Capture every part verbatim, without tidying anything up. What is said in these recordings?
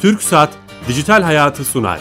TürkSat Dijital Hayatı sunar.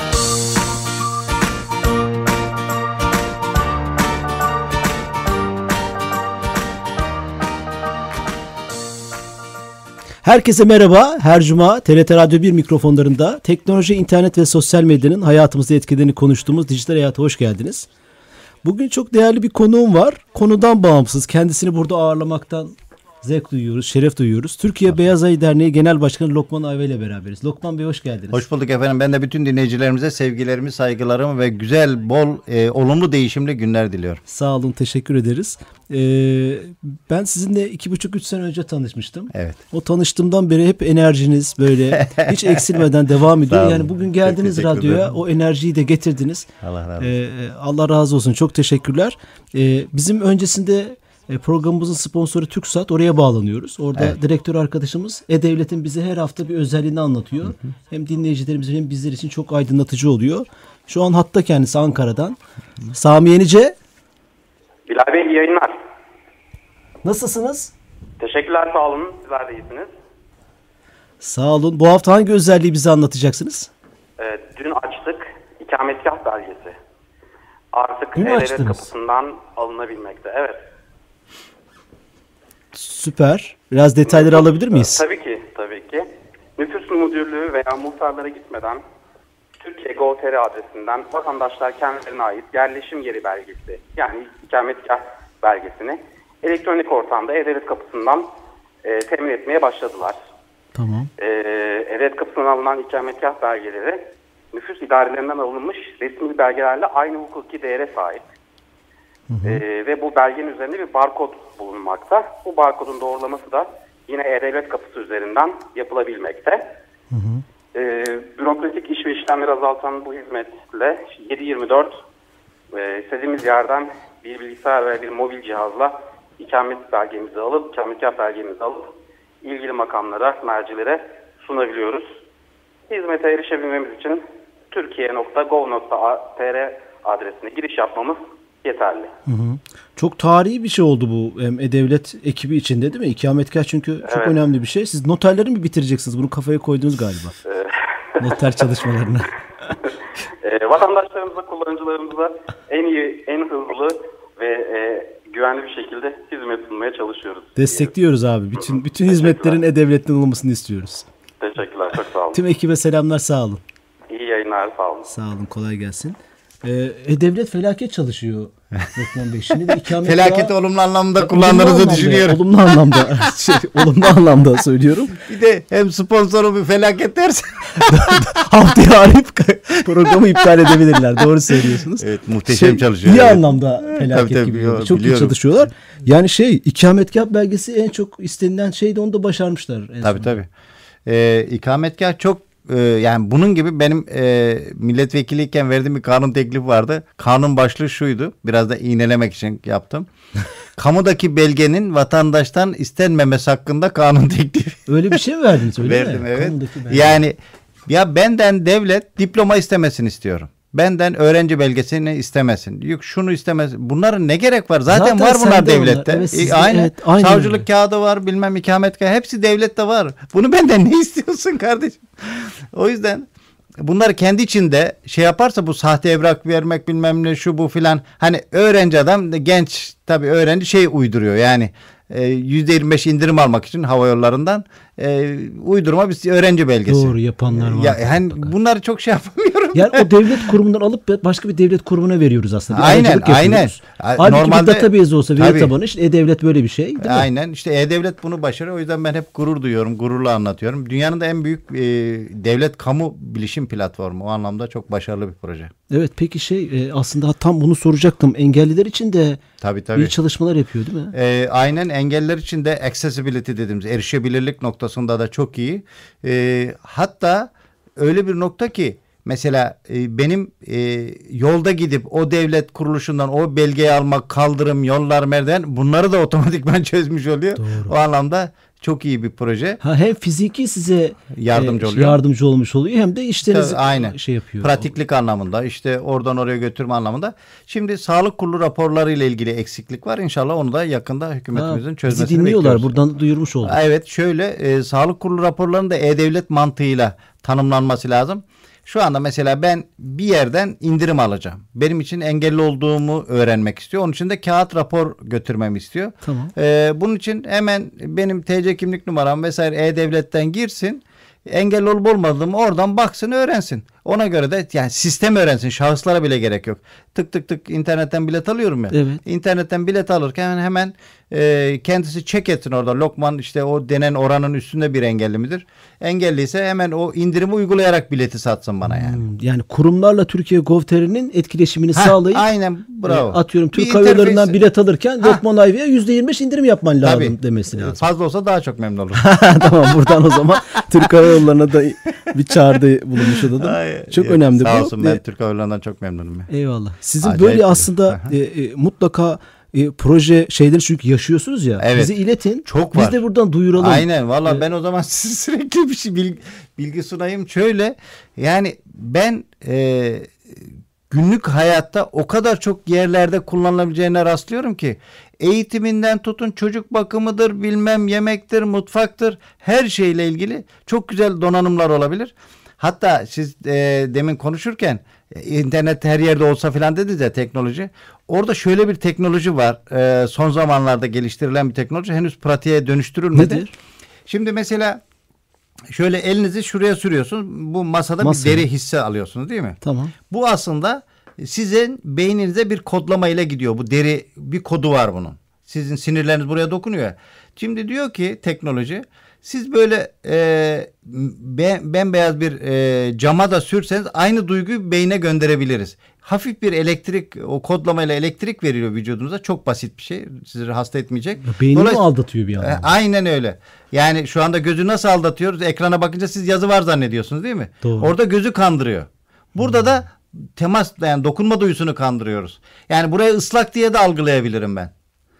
Herkese merhaba. Her cuma T R T Radyo bir mikrofonlarında teknoloji, internet ve sosyal medyanın hayatımızda etkilerini konuştuğumuz Dijital Hayat'a hoş geldiniz. Bugün çok değerli bir konuğum var. Konudan bağımsız. Kendisini burada ağırlamaktan zevk duyuyoruz, şeref duyuyoruz. Türkiye Beyaz Ayı Derneği Genel Başkanı Lokman Ayva ile beraberiz. Lokman Bey hoş geldiniz. Hoş bulduk efendim. Ben de bütün dinleyicilerimize sevgilerimi, saygılarımı ve güzel, bol, e, olumlu değişimli günler diliyorum. Sağ olun, teşekkür ederiz. Ee, ben sizinle iki buçuk üç sene önce tanışmıştım. Evet. O tanıştığımdan beri hep enerjiniz böyle hiç eksilmeden devam ediyor. Yani bugün geldiniz radyoya, o enerjiyi de getirdiniz. Allah razı olsun. Ee, Allah razı olsun. Çok teşekkürler. Ee, bizim öncesinde programımızın sponsoru TürkSat, oraya bağlanıyoruz. Orada evet. Direktör arkadaşımız E-Devlet'in bize her hafta bir özelliğini anlatıyor. Hı hı. Hem dinleyicilerimiz hem bizler için çok aydınlatıcı oluyor. Şu an hatta kendisi Ankara'dan. Hı hı. Sami Yenice. Bilal Bey iyi yayınlar. Nasılsınız? Teşekkürler, sağ olun. Sizler de iyisiniz. Sağ olun. Bu hafta hangi özelliği bize anlatacaksınız? Ee, dün açtık. İkametgah belgesi. Artık dün E-Devlet açtınız. Kapısından alınabilmekte. Evet. Süper. Biraz detayları Nüfus, alabilir miyiz? Tabii ki, tabii ki. Nüfus müdürlüğü veya muhtarlara gitmeden Türkiye Gov nokta T R adresinden vatandaşlar kendilerine ait yerleşim yeri belgesi, yani ikametgah belgesini elektronik ortamda E-Devlet Kapısından e, temin etmeye başladılar. Tamam. E, E-Devlet Kapısından alınan ikametgah belgeleri nüfus idarelerinden alınmış resmi belgelerle aynı hukuki değere sahip. Hı hı. E, ve bu belgenin üzerinde bir barkod bulunmakta. Bu barkodun doğrulaması da yine E-Devlet Kapısı üzerinden yapılabilmekte. Hı hı. E, bürokratik iş ve işlemleri azaltan bu hizmetle yedi yirmi dört e, istediğimiz yerden bir bilgisayar ve bir mobil cihazla ikamet belgemizi alıp, ikametgah belgemizi alıp ilgili makamlara, mercilere sunabiliyoruz. Hizmete erişebilmemiz için Türkiye nokta gov nokta T R adresine giriş yapmamız yeterli. Hı hı. Çok tarihi bir şey oldu bu E-Devlet ekibi içinde, değil mi? İkametgah çünkü çok evet. önemli bir şey. Siz noterleri mi bitireceksiniz? Bunu kafaya koydunuz galiba. Noter çalışmalarını. e, vatandaşlarımıza, kullanıcılarımıza en iyi, en hızlı ve e, güvenli bir şekilde hizmet sunmaya çalışıyoruz. Destekliyoruz abi. Bütün bütün hizmetlerin E-Devlet'ten alınmasını istiyoruz. Teşekkürler. Çok sağ olun. Tüm ekibe selamlar. Sağ olun. İyi yayınlar. Sağ olun. Sağ olun. Kolay gelsin. Ee, E-Devlet felaket çalışıyor Lokman Bey. Şimdi de ikamet Felaket daha... olumlu anlamda kullandığınızı düşünüyorum. Olumlu anlamda. şey, olumlu anlamda söylüyorum. Bir de hem sponsoru bir felaket derse. Haftaya arayıp programı iptal edebilirler. Doğru söylüyorsunuz. Evet, muhteşem şey, çalışıyor. İyi evet. anlamda felaket tabii, tabii, gibi. Biliyorum. Çok iyi çalışıyorlar. Yani şey, ikametgah belgesi en çok istenilen şeydi, onu da başarmışlar. En tabii son. tabii. Ee, ikametgah çok yani bunun gibi benim e, milletvekiliyken verdiğim bir kanun teklifi vardı. Kanun başlığı şuydu. Biraz da iğnelemek için yaptım. Kamudaki belgenin vatandaştan istenmemesi hakkında kanun teklifi. Öyle bir şey mi verdiniz? Öyle Verdim mi? evet. Yani ya benden devlet diploma istemesini istiyorum. Benden öğrenci belgesini istemesin. Yok şunu istemesin. Bunların ne gerek var? Zaten, Zaten var bunlar devlette. Evet, sizde, aynı. Evet, aynı. Savcılık öyle. Kağıdı var, bilmem ikametgah. Hepsi devlette var. Bunu benden ne istiyorsun kardeşim? O yüzden bunları kendi içinde şey yaparsa, bu sahte evrak vermek bilmem ne şu bu filan. Hani öğrenci adam, genç tabii öğrenci şey uyduruyor yani. yüzde yirmi beş indirim almak için hava yollarından e, uydurma bir öğrenci belgesi. Doğru, yapanlar var. Ya, yani bunları çok şey yapamıyorum. Yani o devlet kurumundan alıp başka bir devlet kurumuna veriyoruz aslında. Bir aynen aynen. Halbuki normalde, bir database olsa, veri tabanı, işte E-Devlet böyle bir şey değil mi? Aynen, işte E-Devlet bunu başarıyor. O yüzden ben hep gurur duyuyorum, gururla anlatıyorum. Dünyanın da en büyük e, devlet kamu bilişim platformu. O anlamda çok başarılı bir proje. Evet, peki şey e, aslında tam bunu soracaktım. Engelliler için de tabii, tabii. iyi çalışmalar yapıyor değil mi? E, aynen, engelliler için de accessibility dediğimiz erişebilirlik noktasında da çok iyi. E, hatta öyle bir nokta ki mesela e, benim e, yolda gidip o devlet kuruluşundan o belgeyi almak, kaldırım, yollar, merdiven, bunları da otomatikman çözmüş oluyor. Doğru. O anlamda Çok iyi bir proje. Ha, hem fiziki size yardımcı e, oluyor. Yardımcı olmuş oluyor hem de işlerinizi aynen. şey yapıyor. Pratiklik anlamında, işte oradan oraya götürme anlamında. Şimdi sağlık kurulu raporları ile ilgili eksiklik var. İnşallah onu da yakında hükümetimizin ha, çözmesini bizi dinliyorlar. Bekliyoruz. Buradan duyurmuş olduk. Evet, şöyle e, sağlık kurulu raporlarının da e-devlet mantığıyla tanımlanması lazım. Şu anda mesela ben bir yerden indirim alacağım. Benim için engelli olduğumu öğrenmek istiyor. Onun için de kağıt rapor götürmemi istiyor. Tamam. Ee, bunun için hemen benim T C kimlik numaram vesaire e-devletten girsin. Engelli olup olmadığımı oradan baksın, öğrensin. Ona göre de yani sistem öğrensin. Şahıslara bile gerek yok. Tık tık tık internetten bilet alıyorum ya. Evet. İnternetten bilet alırken hemen e, kendisi check etsin orada. Lokman işte o denen oranın üstünde bir engelli midir? Engelliyse hemen o indirimi uygulayarak bileti satsın bana yani. Hmm, yani kurumlarla Türkiye Gov.tr'nin etkileşimini Heh, sağlayıp aynen bravo. E, atıyorum Türk Hava Yolları'ndan bilet alırken Heh. Lokman Ayva'ya yüzde yirmi beş indirim yapman lazım Tabii. demesi lazım. Fazla olsa daha çok memnun olurum. Tamam, buradan o zaman Türk Hava Yolları'na da bir çağrıda bulunmuş olalım. Ay, çok yok, önemli sağ bu. olsun, ben Türk Hava Yolları'ndan çok memnunum. Ya. Eyvallah. Sizin Acayip böyle aslında e, e, mutlaka e, proje şeyleri çünkü yaşıyorsunuz ya. Evet. Bizi iletin. Çok Biz var. de buradan duyuralım. Aynen. Valla ee, ben o zaman size sürekli bir şey bilgi, bilgi sunayım. Şöyle yani ben e, günlük hayatta o kadar çok yerlerde kullanılabileceğine rastlıyorum ki eğitiminden tutun çocuk bakımıdır, bilmem yemektir, mutfaktır, her şeyle ilgili çok güzel donanımlar olabilir. Hatta siz e, demin konuşurken e, internet her yerde olsa filan dediniz ya, teknoloji. Orada şöyle bir teknoloji var. E, son zamanlarda geliştirilen bir teknoloji. Henüz pratiğe dönüştürülmedi. Nedir? Şimdi mesela şöyle elinizi şuraya sürüyorsunuz. Bu masada Masa. bir deri hisse alıyorsunuz değil mi? Tamam. Bu aslında sizin beyninize bir kodlama ile gidiyor. Bu deri bir kodu var bunun. Sizin sinirleriniz buraya dokunuyor. Şimdi diyor ki teknoloji, siz böyle e, bembeyaz bir e, cama da sürseniz aynı duyguyu beyne gönderebiliriz. Hafif bir elektrik, o kodlamayla elektrik veriliyor vücudunuza. Çok basit bir şey. Sizi hasta etmeyecek. Beynini mi aldatıyor bir yandan? E, aynen öyle. Yani şu anda gözü nasıl aldatıyoruz? Ekrana bakınca siz yazı var zannediyorsunuz değil mi? Doğru. Orada gözü kandırıyor. Burada hmm. da temas, yani dokunma duyusunu kandırıyoruz. Yani burayı ıslak diye de algılayabilirim ben.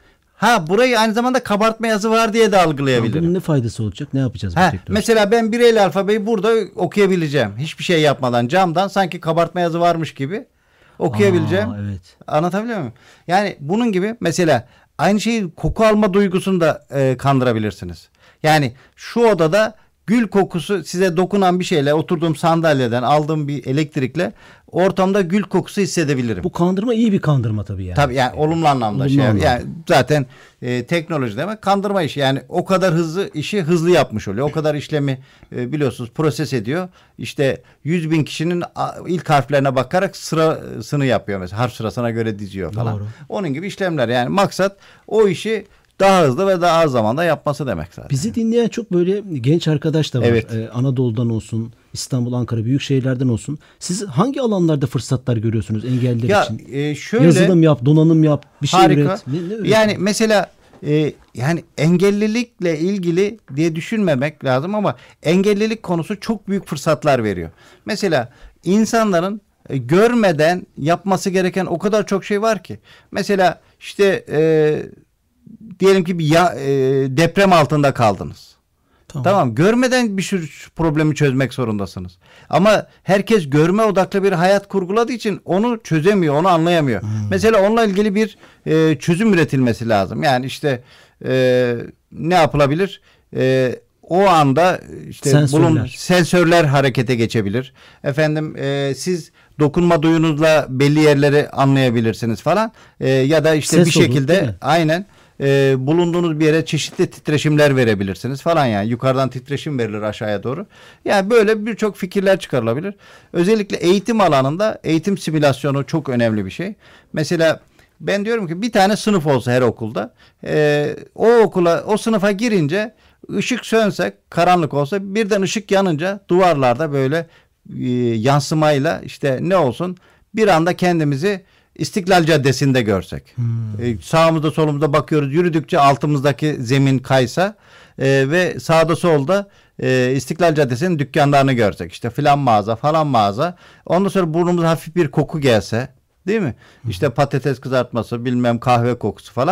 Ha, burayı aynı zamanda kabartma yazı var diye de algılayabilirim. Bunun ne faydası olacak? Ne yapacağız bu ha, teknoloji? Mesela ben Bireyli alfabeyi burada okuyabileceğim. Hiçbir şey yapmadan camdan sanki kabartma yazı varmış gibi okuyabileceğim. Aa, evet. Anlatabiliyor muyum? Yani bunun gibi mesela aynı şeyi koku alma duygusunu da e, kandırabilirsiniz. Yani şu odada gül kokusu, size dokunan bir şeyle, oturduğum sandalyeden aldığım bir elektrikle ortamda gül kokusu hissedebilirim. Bu kandırma iyi bir kandırma tabii yani. Tabii yani olumlu anlamda olumlu şey. Anlamda. Yani zaten e, teknoloji demek kandırma işi. Yani o kadar hızlı işi hızlı yapmış oluyor. O kadar işlemi e, biliyorsunuz proses ediyor. İşte yüz bin kişinin ilk harflerine bakarak sırasını yapıyor mesela. Harf sırasına göre diziyor falan. Doğru. Onun gibi işlemler, yani maksat o işi daha hızlı ve daha az zamanda yapması demek zaten. Bizi dinleyen çok böyle genç arkadaş da var. Evet. Ee, Anadolu'dan olsun, İstanbul, Ankara, büyük şehirlerden olsun. Siz hangi alanlarda fırsatlar görüyorsunuz engelliler ya, için? E, şöyle, Yazılım yap, donanım yap, bir şey harika. üret. Ne, ne yani mesela e, yani engellilikle ilgili diye düşünmemek lazım ama engellilik konusu çok büyük fırsatlar veriyor. Mesela insanların e, görmeden yapması gereken o kadar çok şey var ki. Mesela işte e, diyelim ki bir ya, e, deprem altında kaldınız. Tamam. Tamam. Görmeden bir sürü problemi çözmek zorundasınız. Ama herkes görme odaklı bir hayat kurguladığı için onu çözemiyor, onu anlayamıyor. Hmm. Mesela onunla ilgili bir e, çözüm üretilmesi lazım. Yani işte e, ne yapılabilir? E, o anda işte sensörler. Bulun, sensörler harekete geçebilir. Efendim e, siz dokunma duyunuzla belli yerleri anlayabilirsiniz falan. E, ya da işte Ses bir şekilde olur, aynen e, bulunduğunuz bir yere çeşitli titreşimler verebilirsiniz falan yani. Yukarıdan titreşim verilir aşağıya doğru. Yani böyle birçok fikirler çıkarılabilir. Özellikle eğitim alanında eğitim simülasyonu çok önemli bir şey. Mesela ben diyorum ki bir tane sınıf olsa her okulda. E, o okula, o sınıfa girince ışık sönse, karanlık olsa, birden ışık yanınca duvarlarda böyle e, yansımayla işte ne olsun, bir anda kendimizi İstiklal Caddesi'nde görsek. Hmm. E, sağımızda solumuzda bakıyoruz, yürüdükçe altımızdaki zemin kaysa e, ve sağda solda e, İstiklal Caddesi'nin dükkanlarını görsek. İşte filan mağaza falan mağaza. Ondan sonra burnumuza hafif bir koku gelse, değil mi? Hmm. İşte patates kızartması, bilmem kahve kokusu falan.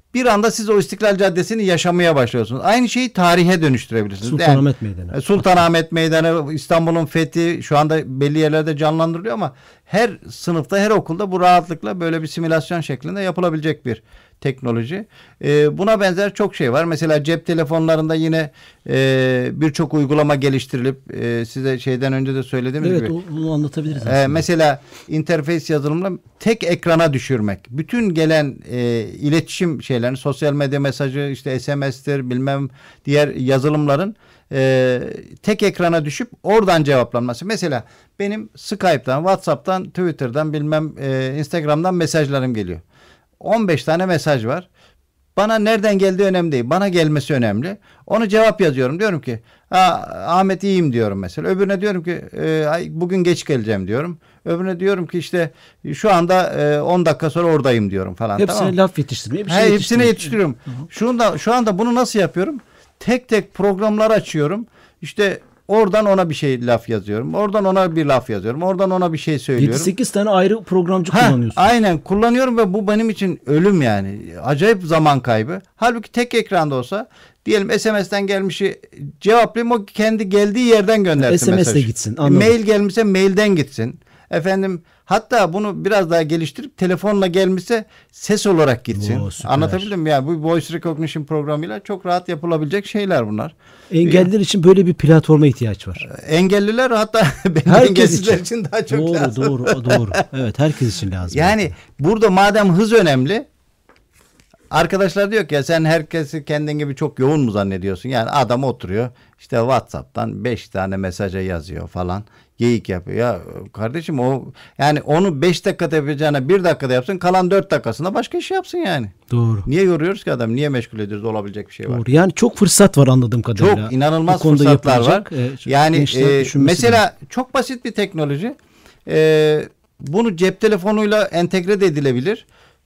bir anda siz o İstiklal Caddesi'ni yaşamaya başlıyorsunuz. Aynı şeyi tarihe dönüştürebilirsiniz. Sultanahmet yani, Meydanı. Sultanahmet Meydanı, İstanbul'un fethi şu anda belli yerlerde canlandırılıyor ama her sınıfta, her okulda bu rahatlıkla böyle bir simülasyon şeklinde yapılabilecek bir teknoloji. Ee, buna benzer çok şey var. Mesela cep telefonlarında yine e, birçok uygulama geliştirilip e, size şeyden önce de söylediğimiz evet, gibi. Evet, bunu anlatabiliriz aslında. E, mesela interface yazılımla tek ekrana düşürmek. Bütün gelen e, iletişim şeylerini, sosyal medya mesajı, işte S M S'tir, bilmem diğer yazılımların e, tek ekrana düşüp oradan cevaplanması. Mesela benim Skype'tan, WhatsApp'tan, Twitter'dan, bilmem e, Instagram'dan mesajlarım geliyor. on beş tane mesaj var. Bana nereden geldiği önemli değil. Bana gelmesi önemli. Onu cevap yazıyorum. Diyorum ki Ahmet iyiyim diyorum mesela. Öbürüne diyorum ki e, bugün geç geleceğim diyorum. Öbürüne diyorum ki işte şu anda e, on dakika sonra oradayım diyorum falan. Hepsine tamam. laf yetiştirmeye bir şey He, yetiştirmeye. hepsine yetiştiriyorum. Şu anda, şu anda bunu nasıl yapıyorum? Tek tek programlar açıyorum. İşte oradan ona bir şey laf yazıyorum. Oradan ona bir laf yazıyorum. Oradan ona bir şey söylüyorum. yedi sekiz tane ayrı programcı ha, kullanıyorsun. Aynen kullanıyorum ve bu benim için ölüm yani. Acayip zaman kaybı. Halbuki tek ekranda olsa diyelim S M S'ten gelmişi cevaplayayım, o kendi geldiği yerden göndersin S M S'le mesajı. gitsin. Anladım. Mail gelmişse mailden gitsin. Efendim hatta bunu biraz daha geliştirip telefonla gelmişse ses olarak gitsin. Oo, anlatabildim mi? Yani bu voice recognition programıyla çok rahat yapılabilecek şeyler bunlar. Engelliler için böyle bir platforma ihtiyaç var. Engelliler hatta herkes için. için daha çok doğru, lazım. Doğru, doğru, doğru. Evet, herkes için lazım. Yani yani burada madem hız önemli, arkadaşlar diyor ki ya sen herkesi kendin gibi çok yoğun mu zannediyorsun? Yani adam oturuyor işte WhatsApp'tan beş tane mesaja yazıyor falan. Geyik yapıyor. Ya kardeşim o yani onu beş dakikada yapacağına bir dakikada yapsın, kalan dört dakikasında başka iş yapsın yani. Doğru. Niye yoruyoruz ki adam? Niye meşgul ediyoruz? Olabilecek bir şey var. Doğru. Yani çok fırsat var anladığım kadarıyla. Çok inanılmaz fırsatlar var. E, yani e, mesela lazım. Çok basit bir teknoloji. E, bunu cep telefonuyla entegre de edilebilir.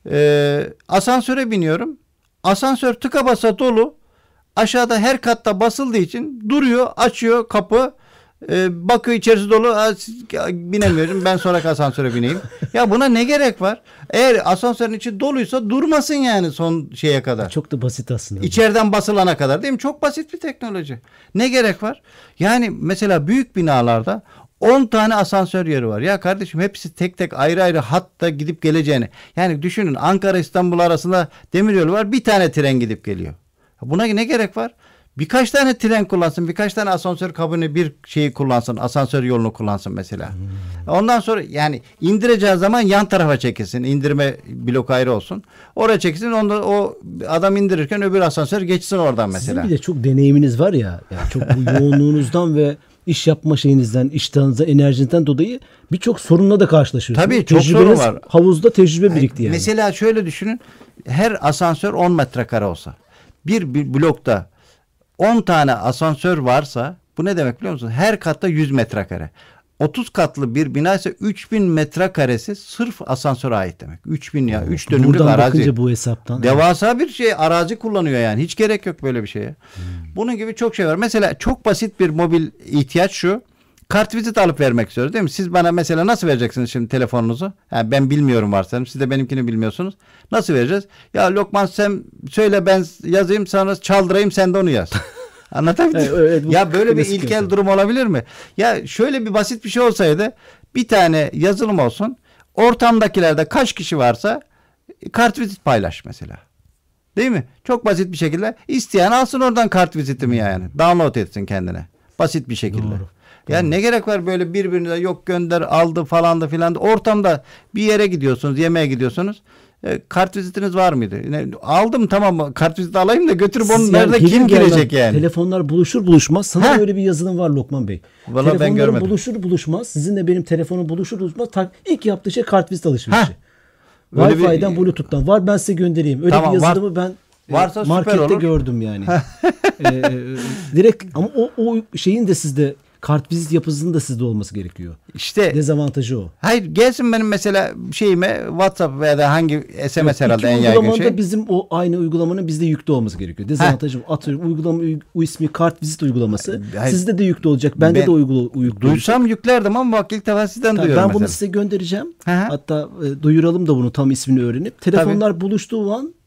E, asansöre biniyorum. Asansör tıka basa dolu. Aşağıda her katta basıldığı için duruyor, açıyor kapı. E, bakıyor içerisi dolu. Binemiyorum. Ben sonraki asansöre bineyim. Ya buna ne gerek var? Eğer asansörün içi doluysa durmasın yani son şeye kadar. Çok da basit aslında. İçeriden basılana kadar değil mi? Çok basit bir teknoloji. Ne gerek var? Yani mesela büyük binalarda on tane asansör yeri var. Ya kardeşim hepsi tek tek ayrı ayrı hatta gidip geleceğini. Yani düşünün Ankara İstanbul arasında demiryolu var. Bir tane tren gidip geliyor. Buna ne gerek var? Birkaç tane tren kullansın, birkaç tane asansör kabini bir şeyi kullansın, asansör yolunu kullansın mesela. Hmm. Ondan sonra yani indireceği zaman yan tarafa çekilsin, indirme blok ayrı olsun. Oraya çekilsin, onda o adam indirirken öbür asansör geçsin oradan mesela. Sizin bir de çok deneyiminiz var ya, yani çok bu yoğunluğunuzdan ve iş yapma şeyinizden, iştahınızdan, enerjinizden dolayı birçok sorunla da karşılaşıyorsunuz. Tabii çok sorun var. Havuzda tecrübe birikti yani. Mesela şöyle düşünün, her asansör on metrekare olsa, bir, bir blokta on tane asansör varsa bu ne demek biliyor musun? Her katta yüz metrekare. otuz katlı bir bina ise üç bin metrekaresi sırf asansöre ait demek. üç bin ya. üç dönümlük Buradan arazi. bakınca bu hesaptan. Devasa evet. bir şey arazi kullanıyor yani. Hiç gerek yok böyle bir şeye. Hmm. Bunun gibi çok şey var. Mesela çok basit bir mobil ihtiyaç şu. Kartvizit alıp vermek istiyoruz değil mi? Siz bana mesela nasıl vereceksiniz şimdi telefonunuzu? Yani ben bilmiyorum varsayalım. Siz de benimkini bilmiyorsunuz. Nasıl vereceğiz? Ya Lokman sen söyle ben yazayım sana çaldırayım sen de onu yaz. Anlatabildim mi? Evet, evet, ya böyle bir ilkel yani. Durum olabilir mi? Ya şöyle bir basit bir şey olsaydı bir tane yazılım olsun. Ortamdakilerde kaç kişi varsa kartvizit paylaş mesela. Değil mi? Çok basit bir şekilde isteyen alsın oradan kartvizitimi yani. Download etsin kendine. Basit bir şekilde. Doğru. Yani ne gerek var böyle birbirine yok gönder aldı falan da filan da ortamda bir yere gidiyorsunuz yemeğe gidiyorsunuz e, kartvizitiniz var mıydı? Ne, aldım tamam kartvizit alayım da götürüp onu yani nerede kim girecek yani? Telefonlar buluşur buluşmaz sana öyle bir yazılım var Lokman Bey. Vallahi ben görmedim. Buluşur buluşmaz sizinle benim telefonum buluşur buluşmaz tak, ilk yaptığı şey kartvizit alışverişi. Wi-Fi'den bir... Bluetooth'tan var ben size göndereyim. Öyle tamam, bir yazılımı var. Ben varsa markette gördüm yani. ee, direkt ama o, o şeyin de sizde kartvizit yapısının da sizde olması gerekiyor. İşte dezavantajı o. Hayır gelsin benim mesela şeyime WhatsApp veya da hangi S M S herhalde en yaygın şey. Bizim o aynı uygulamanın bizde yüklü olması gerekiyor. Dezavantajı atıyorum uygulama o ismi kartvizit uygulaması. Hayır. Sizde de yüklü olacak. Bende ben, de uygula yüklü duysam olacak. Yüklerdim ama bak ilk defa sizden Tabii, duyuyorum ben bunu mesela. size göndereceğim. Hı-hı. Hatta e, duyuralım da bunu tam ismini öğrenip. Telefonlar Tabii. buluştuğu an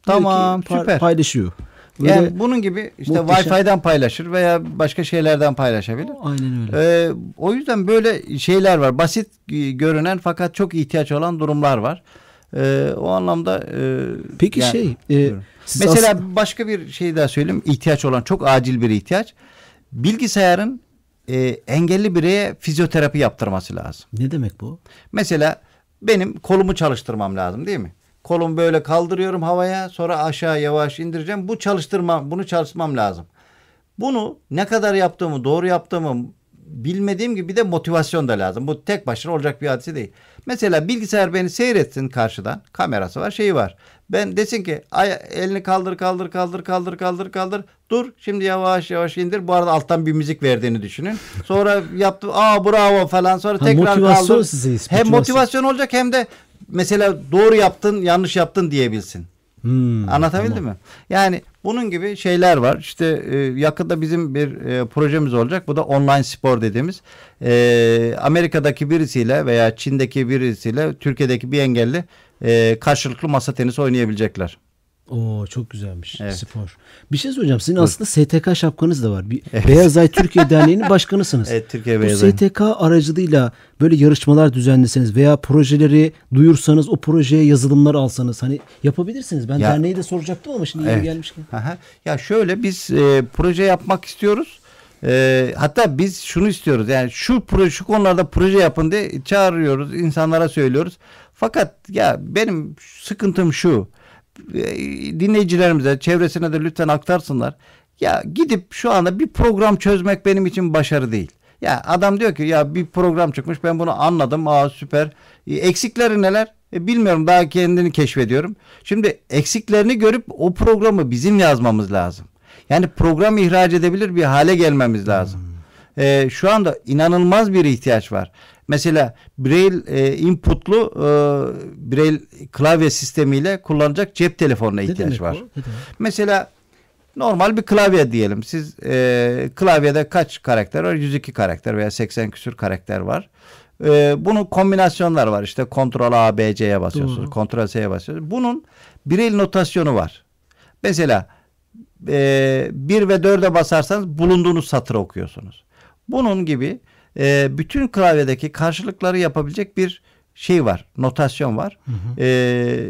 Tamam, ki, süper. Paylaşıyor. Böyle yani bunun gibi işte muhteşem. Wi-Fi'den paylaşır veya başka şeylerden paylaşabilir. Aynen öyle. Ee, o yüzden böyle şeyler var. Basit görünen fakat çok ihtiyaç olan durumlar var. Ee, o anlamda e, peki yani, şey e, mesela as- başka bir şey daha söyleyeyim. İhtiyaç olan çok acil bir ihtiyaç. Bilgisayarın e, engelli bireye fizyoterapi yaptırması lazım. Ne demek bu? Mesela benim kolumu çalıştırmam lazım değil mi? Kolumu böyle kaldırıyorum havaya, sonra aşağı yavaş indireceğim. Bu çalıştırmam, bunu çalıştırmam lazım. Bunu ne kadar yaptığımı, doğru yaptığımı bilmediğim gibi bir de motivasyon da lazım. Bu tek başına olacak bir hadise değil. Mesela bilgisayar beni seyretsin karşıdan. Kamerası var, şeyi var. Ben desin ki ay, elini kaldır kaldır kaldır kaldır kaldır kaldır. Dur şimdi yavaş yavaş indir. Bu arada alttan bir müzik verdiğini düşünün. Sonra yaptı aa bravo falan. Sonra ha, tekrar motivasyon kaldır. Size, hem motivasyon. motivasyon olacak hem de mesela doğru yaptın yanlış yaptın diyebilsin. Hmm, Anlatabildim tamam. mi? Yani bunun gibi şeyler var. İşte e, yakında bizim bir e, projemiz olacak. Bu da online spor dediğimiz. E, Amerika'daki birisiyle veya Çin'deki birisiyle Türkiye'deki bir engelli e, karşılıklı masa tenisi oynayabilecekler. Oo çok güzelmiş evet. Spor. Bir şey söyleyeceğim. Sizin evet. aslında S T K şapkanız da var. Bir evet. Beyaz Ay Türkiye Derneği'nin başkanısınız. Evet, Türkiye Bu Beyaz Ay. S T K aracılığıyla böyle yarışmalar düzenleseniz veya projeleri duyursanız, o projeye yazılımlar alsanız hani yapabilirsiniz. Ben ya, derneği de soracaktım ama şimdi evet. yeni gelmişken. Aha. Ya şöyle biz e, proje yapmak istiyoruz. E, hatta biz şunu istiyoruz. Yani şu proje, şu konularda proje yapın diye çağırıyoruz, insanlara söylüyoruz. Fakat ya benim sıkıntım şu. Dinleyicilerimize, çevresine de lütfen aktarsınlar. Ya gidip şu anda bir program çözmek benim için başarı değil. Ya adam diyor ki ya bir program çıkmış, ben bunu anladım. Aa süper. E, eksikleri neler? E, bilmiyorum, daha kendini keşfediyorum. Şimdi eksiklerini görüp o programı bizim yazmamız lazım. Yani program ihraç edebilir bir hale gelmemiz lazım. Hmm. E, şu anda inanılmaz bir ihtiyaç var. Mesela Braille e, inputlu e, Braille klavye sistemiyle kullanacak cep telefonuna ihtiyaç var. Mesela normal bir klavye diyelim. Siz e, klavyede kaç karakter var? yüz iki karakter veya seksen küsür karakter var. E, bunun kombinasyonlar var. İşte Ctrl A, B, C'ye basıyorsunuz. Ctrl S'ye basıyorsunuz. Bunun Braille notasyonu var. Mesela e, bir ve dörde basarsanız bulunduğunuz satırı okuyorsunuz. Bunun gibi e, bütün klavyedeki karşılıkları yapabilecek bir şey var. Notasyon var. Hı hı. E,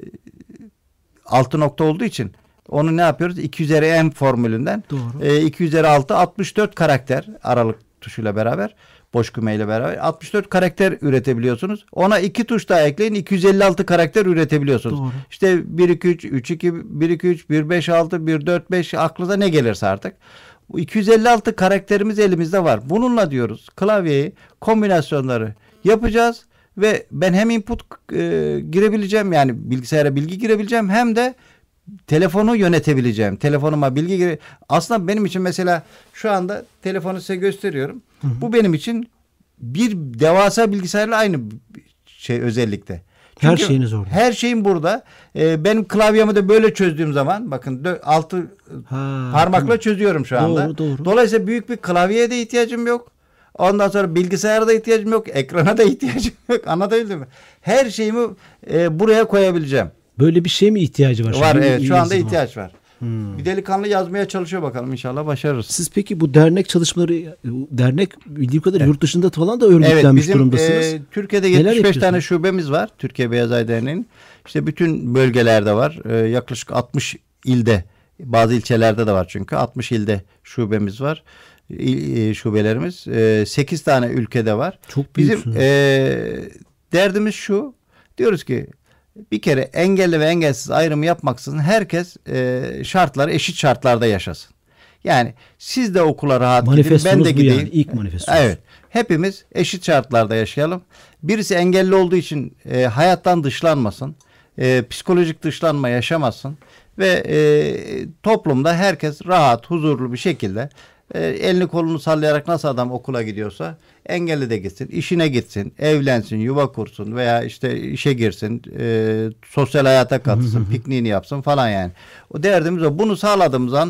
altı nokta olduğu için onu ne yapıyoruz? iki üzeri m formülünden e, iki üzeri altı altmış dört karakter aralık tuşuyla beraber, boş kümeyle beraber altmış dört karakter üretebiliyorsunuz. Ona iki tuş daha ekleyin, iki yüz elli altı karakter üretebiliyorsunuz. Doğru. İşte bir iki üç, üç iki, bir iki üç, bir beş altı, bir dört beş aklınıza ne gelirse artık. Bu iki yüz elli altı karakterimiz elimizde var. Bununla diyoruz klavyeyi, kombinasyonları yapacağız ve ben hem input e, girebileceğim, yani bilgisayara bilgi girebileceğim, hem de telefonu yönetebileceğim. Telefonuma bilgi gire. Aslında benim için mesela şu anda telefonu size gösteriyorum. Hı hı. Bu benim için bir devasa bilgisayarla aynı şey özellikle. Çünkü her şeyiniz orada. Her şeyim burada. Ee, benim klavyemi de böyle çözdüğüm zaman bakın dö- altı ha, parmakla tamam. çözüyorum şu anda. Doğru, doğru. Dolayısıyla büyük bir klavyeye de ihtiyacım yok. Ondan sonra bilgisayara da ihtiyacım yok. Ekrana da ihtiyacım yok. Anlatabildim mi? Her şeyimi e, buraya koyabileceğim. Böyle bir şey mi ihtiyacı var? Var Şimdi evet şu anda ihtiyaç var. Hmm. Bir delikanlı yazmaya çalışıyor, bakalım inşallah başarırız. Siz peki bu dernek çalışmaları, dernek bildiğim kadar evet. yurt dışında falan da örgütlenmiş evet, bizim, durumdasınız. E, Türkiye'de yetmiş beş tane şubemiz var. Türkiye Beyaz Ay Derneği'nin. İşte bütün bölgelerde var. E, yaklaşık altmış ilde, bazı ilçelerde de var çünkü. altmış ilde şubemiz var. İl, e, şubelerimiz. E, sekiz tane ülkede var. Çok bizim e, derdimiz şu. Diyoruz ki bir kere engelli ve engelsiz ayrımı yapmaksızın herkes e, şartları eşit şartlarda yaşasın. Yani siz de okula rahat gidin, ben de gideyim. Yani, ilk manifestonuz. Evet. Hepimiz eşit şartlarda yaşayalım. Birisi engelli olduğu için e, hayattan dışlanmasın. E, psikolojik dışlanma yaşamasın. Ve e, toplumda herkes rahat, huzurlu bir şekilde e, elini kolunu sallayarak nasıl adam okula gidiyorsa engelli de gitsin, işine gitsin, evlensin, yuva kursun veya işte işe girsin, e, sosyal hayata katılsın, pikniğini yapsın falan yani. O derdimiz o. Bunu sağladığımız an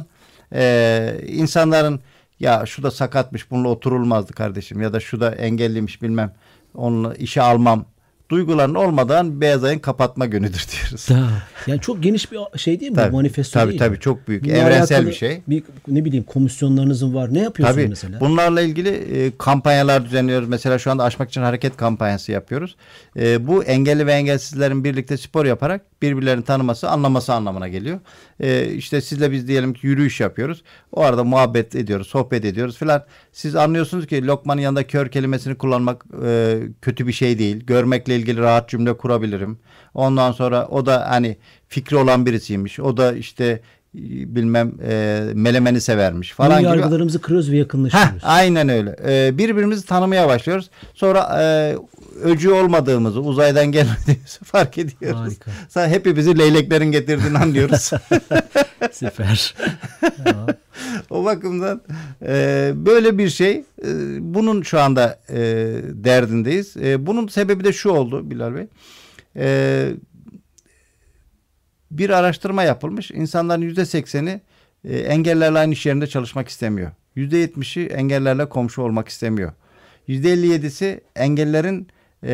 e, insanların ya şu da sakatmış, bununla oturulmazdı kardeşim ya da şu da engelliymiş bilmem, onunla işe almam duyguların olmadan beyaz ayın kapatma günüdür diyoruz. Ya, yani çok geniş bir şey değil mi? Tabii, manifesto tabii, değil tabii mi? çok büyük. Bununla Evrensel bir şey. Bir, ne bileyim komisyonlarınızın var. Ne yapıyorsunuz tabii, mesela? Bunlarla ilgili e, kampanyalar düzenliyoruz. Mesela şu anda Aşmak için Hareket kampanyası yapıyoruz. E, bu engelli ve engelsizlerin birlikte spor yaparak birbirlerini tanıması, anlaması anlamına geliyor. E, işte sizle biz diyelim ki yürüyüş yapıyoruz. O arada muhabbet ediyoruz, sohbet ediyoruz filan. Siz anlıyorsunuz ki Lokman'ın yanında kör kelimesini kullanmak e, kötü bir şey değil. Görmekle ilgili rahat cümle kurabilirim. Ondan sonra o da hani fikri olan birisiymiş. O da işte bilmem e, melemeni severmiş falan gibi. Yargılarımızı kırıyoruz ve yakınlaşıyoruz. Heh, aynen öyle. E, birbirimizi tanımaya başlıyoruz. Sonra e, öcü olmadığımızı, uzaydan gelmediğimizi fark ediyoruz. Harika. Sonra hepimizi leyleklerin getirdiğini anlıyoruz. Süper. O bakımdan e, böyle bir şey. E, bunun şu anda e, derdindeyiz. E, bunun sebebi de şu oldu Bilal Bey. E, bir araştırma yapılmış. İnsanların yüzde sekseni e, engellerle aynı iş yerinde çalışmak istemiyor. Yüzde yetmişi engellerle komşu olmak istemiyor. Yüzde elli yedisi engellerin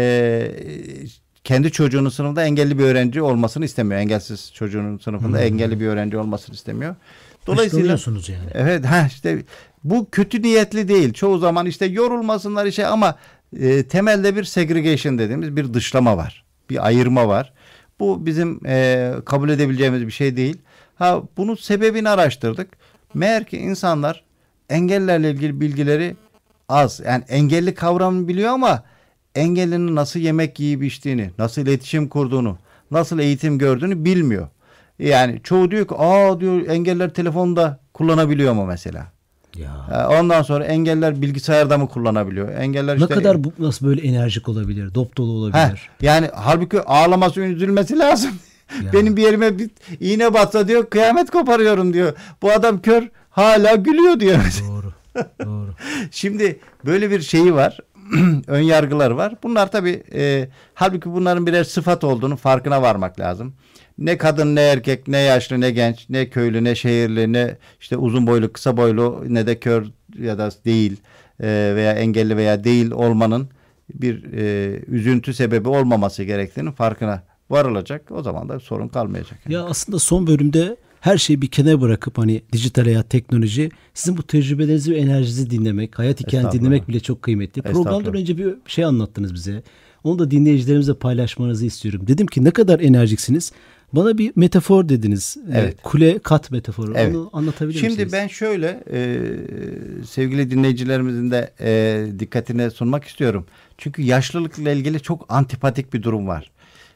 e, kendi çocuğunun sınıfında engelli bir öğrenci olmasını istemiyor. Engelsiz çocuğunun sınıfında hmm. engelli bir öğrenci olmasını istemiyor. Dolayısıyla yani. Evet, ha işte bu kötü niyetli değil. Çoğu zaman işte yorulmasınlar işe ama e, temelde bir segregation dediğimiz bir dışlama var. Bir ayırma var. Bu bizim e, kabul edebileceğimiz bir şey değil. Ha bunun sebebini araştırdık. Meğer ki insanlar engellerle ilgili bilgileri az. Yani engelli kavramını biliyor ama engellinin nasıl yemek yiyip içtiğini, nasıl iletişim kurduğunu, nasıl eğitim gördüğünü bilmiyor. Yani çoğu diyor ki aa diyor engeller telefonda kullanabiliyor mu mesela? Ya. Ondan sonra engeller bilgisayarda mı kullanabiliyor? Engeller ne işte, kadar bu, nasıl böyle enerjik olabilir, dop dolu olabilir. Heh, yani halbuki ağlaması, üzülmesi lazım. Ya. Benim bir yerime bir iğne batsa diyor kıyamet koparıyorum diyor. Bu adam kör hala gülüyor diyor. Doğru. Doğru. Şimdi böyle bir şeyi var. Ön yargılar var. Bunlar tabii e, halbuki bunların birer sıfat olduğunu farkına varmak lazım. Ne kadın, ne erkek, ne yaşlı, ne genç, ne köylü, ne şehirli, ne işte uzun boylu, kısa boylu, ne de kör ya da değil e, veya engelli veya değil olmanın bir e, üzüntü sebebi olmaması gerektiğinin farkına varılacak. O zaman da sorun kalmayacak. Yani. Ya aslında son bölümde her şeyi bir kenara bırakıp hani dijital hayat, teknoloji, sizin bu tecrübelerinizi ve enerjinizi dinlemek, hayat hikayenizi dinlemek bile çok kıymetli. Programdan önce bir şey anlattınız bize. Onu da dinleyicilerimizle paylaşmanızı istiyorum. Dedim ki ne kadar enerjiksiniz. Bana bir metafor dediniz. Evet. Kule kat metaforu. Evet. Onu anlatabilir Şimdi misiniz? Şimdi ben şöyle e, sevgili dinleyicilerimizin de e, dikkatine sunmak istiyorum. Çünkü yaşlılıkla ilgili çok antipatik bir durum var.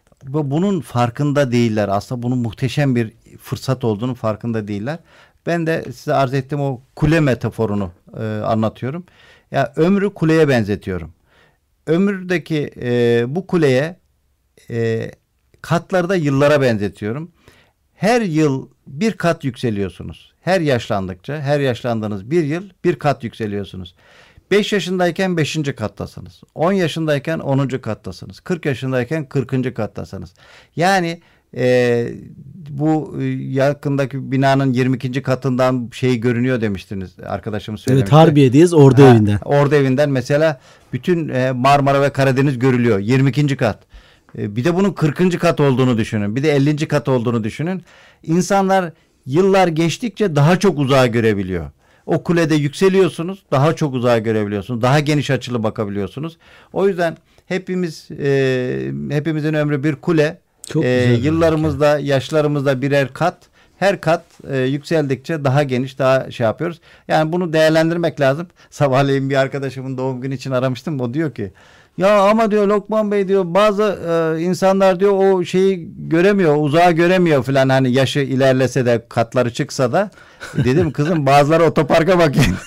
Bunun farkında değiller. Aslında bunun muhteşem bir fırsat olduğunu farkında değiller. Ben de size arz ettiğim o kule metaforunu e, anlatıyorum. Ya ömrü kuleye benzetiyorum. Ömürdeki e, bu kuleye e, katları da yıllara benzetiyorum. Her yıl bir kat yükseliyorsunuz. Her yaşlandıkça, her yaşlandığınız bir yıl bir kat yükseliyorsunuz. beş yaşındayken beşinci kattasınız. on yaşındayken onuncu kattasınız. kırk yaşındayken kırkıncı kattasınız. Yani e, bu yakındaki binanın yirmi ikinci katından şey görünüyor demiştiniz. Arkadaşımız söylemişti. Evet, Harbiye'deyiz, Ordu ha, evinden. Ordu evinden mesela bütün e, Marmara ve Karadeniz görülüyor. yirmi ikinci kat. E, bir de bunun kırkıncı kat olduğunu düşünün. Bir de ellinci kat olduğunu düşünün. İnsanlar yıllar geçtikçe daha çok uzağa görebiliyor. O kulede yükseliyorsunuz, daha çok uzağa görebiliyorsunuz, daha geniş açılı bakabiliyorsunuz. O yüzden hepimiz e, hepimizin ömrü bir kule. Çok e, güzel yıllarımızda, yani. yaşlarımızda birer kat. Her kat e, yükseldikçe daha geniş, daha şey yapıyoruz. Yani bunu değerlendirmek lazım. Sabahleyin bir arkadaşımın doğum günü için aramıştım. O diyor ki, ya ama diyor Lokman Bey diyor bazı e, insanlar diyor o şeyi göremiyor, uzağa göremiyor falan, hani yaşı ilerlese de katları çıksa da. E, dedim kızım bazıları otoparka bakayım.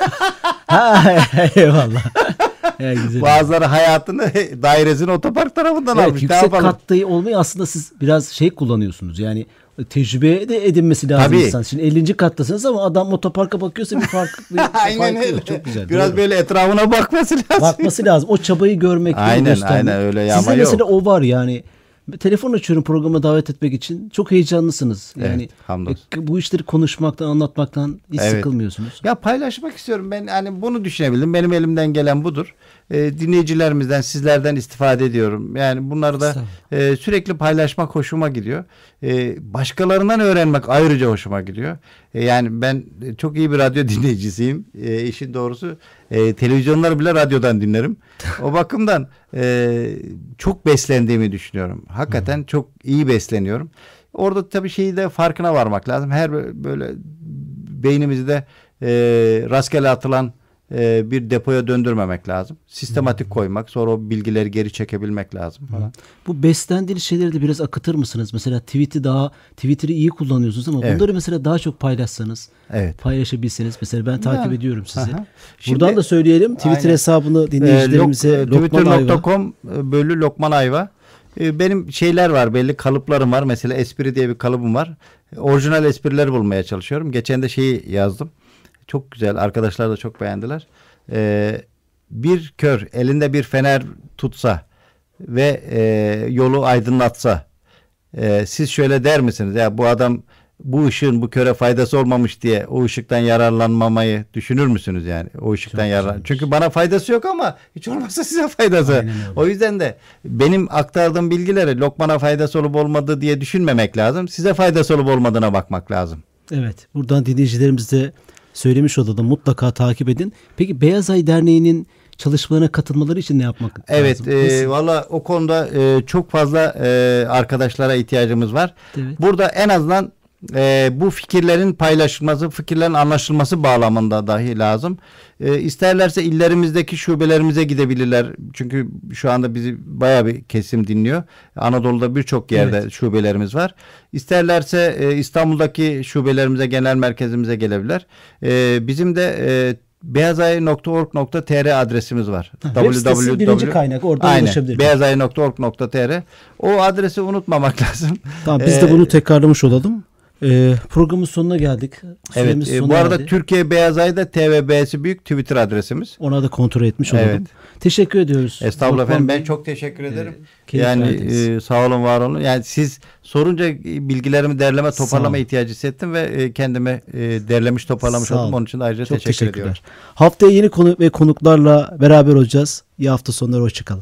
Ha, eyvallah. Ya, bazıları hayatını dairesini otopark tarafından evet, almış. Yüksek katta olmayı aslında siz biraz şey kullanıyorsunuz. Yani tecrübe de edinmesi lazım Tabii. insan. Şimdi ellinci kattasınız ama adam otoparka bakıyorsa bir fark, bir aynen fark öyle. yok. Çok güzel. Biraz doğru. böyle etrafına bakması lazım. Bakması lazım. O çabayı görmek. Aynen aynen öyle ya. Sizde mesela yok. O var yani. Telefon açıyorum programa davet etmek için. Çok heyecanlısınız. Yani evet, bu işleri konuşmaktan, anlatmaktan hiç evet. sıkılmıyorsunuz. Ya paylaşmak istiyorum. Ben hani bunu düşünebildim. Benim elimden gelen budur. e, dinleyicilerimizden, sizlerden istifade ediyorum. Yani bunları da e, sürekli paylaşmak hoşuma gidiyor. E, başkalarından öğrenmek ayrıca hoşuma gidiyor. E, yani ben çok iyi bir radyo dinleyicisiyim. E, işin doğrusu e, televizyonları bile radyodan dinlerim. O bakımdan e, çok beslendiğimi düşünüyorum. Hakikaten hmm. çok iyi besleniyorum. Orada tabii şeyi de farkına varmak lazım. Her böyle beynimizi de e, rastgele atılan e, bir depoya döndürmemek lazım. Sistematik hmm. koymak, sonra o bilgileri geri çekebilmek lazım falan. Bu beslendiğiniz şeyleri de biraz akıtır mısınız? Mesela tweet'i daha Twitter'ı iyi kullanıyorsunuz ama evet. bunları mesela daha çok paylaşsanız, evet. paylaşabilseniz. Mesela ben takip yani. ediyorum sizi. Aha. Şimdi, buradan da söyleyelim. Twitter aynen. hesabını dinleyicilerimize e, Lok, twitter nokta com bölü Lokman Ayva. Benim şeyler var, belli kalıplarım var. Mesela espri diye bir kalıbım var. Orijinal espriler bulmaya çalışıyorum. Geçen de şeyi yazdım. Çok güzel. Arkadaşlar da çok beğendiler. Ee, bir kör elinde bir fener tutsa ve e, yolu aydınlatsa e, siz şöyle der misiniz? Ya bu adam bu ışığın bu köre faydası olmamış diye o ışıktan yararlanmamayı düşünür müsünüz yani? O ışıktan yararlan. Çünkü bana faydası yok ama hiç olmazsa size faydası. O yüzden de benim aktardığım bilgileri Lokman'a faydası olup olmadığı diye düşünmemek lazım. Size faydası olup olmadığına bakmak lazım. Evet. Buradan dinleyicilerimize söylemiş olalım. Mutlaka takip edin. Peki Beyaz Ay Derneği'nin çalışmalarına katılmaları için ne yapmak evet, lazım? Evet. E, Valla o konuda e, çok fazla e, arkadaşlara ihtiyacımız var. Evet. Burada en azından e, bu fikirlerin paylaşılması, fikirlerin anlaşılması bağlamında dahi lazım. E, isterlerse illerimizdeki şubelerimize gidebilirler. Çünkü şu anda bizi bayağı bir kesim dinliyor. Anadolu'da birçok yerde evet. şubelerimiz var. İsterlerse e, İstanbul'daki şubelerimize, genel merkezimize gelebilirler. E, bizim de e, beyazay nokta org nokta tr adresimiz var. Web sitesi birinci kaynak. Oradan ulaşabilirsiniz. beyazay nokta org nokta tr. O adresi unutmamak lazım. Tamam, biz de bunu tekrarlamış olalım. Ee, programın sonuna geldik. Evet. E, bu arada geldi. Türkiye Beyaz Ay'da T V B'si büyük Twitter adresimiz. Ona da kontrol etmiş olalım. Evet. Teşekkür ediyoruz. Estağfurullah efendim. Ben çok teşekkür ederim. Ee, yani e, sağ olun, var olun. Yani siz sorunca bilgilerimi derleme, toparlama ihtiyacı hissettim ve e, kendime e, derlemiş, toparlamış oldum. Onun için de ayrıca çok teşekkür ediyorum. Haftaya yeni konu ve konuklarla beraber olacağız. İyi hafta sonları. Hoşçakalın.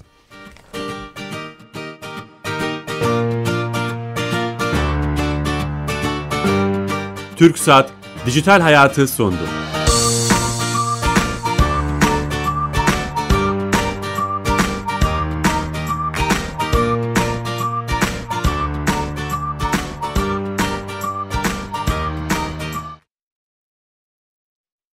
TürkSat Dijital Hayatı sundu.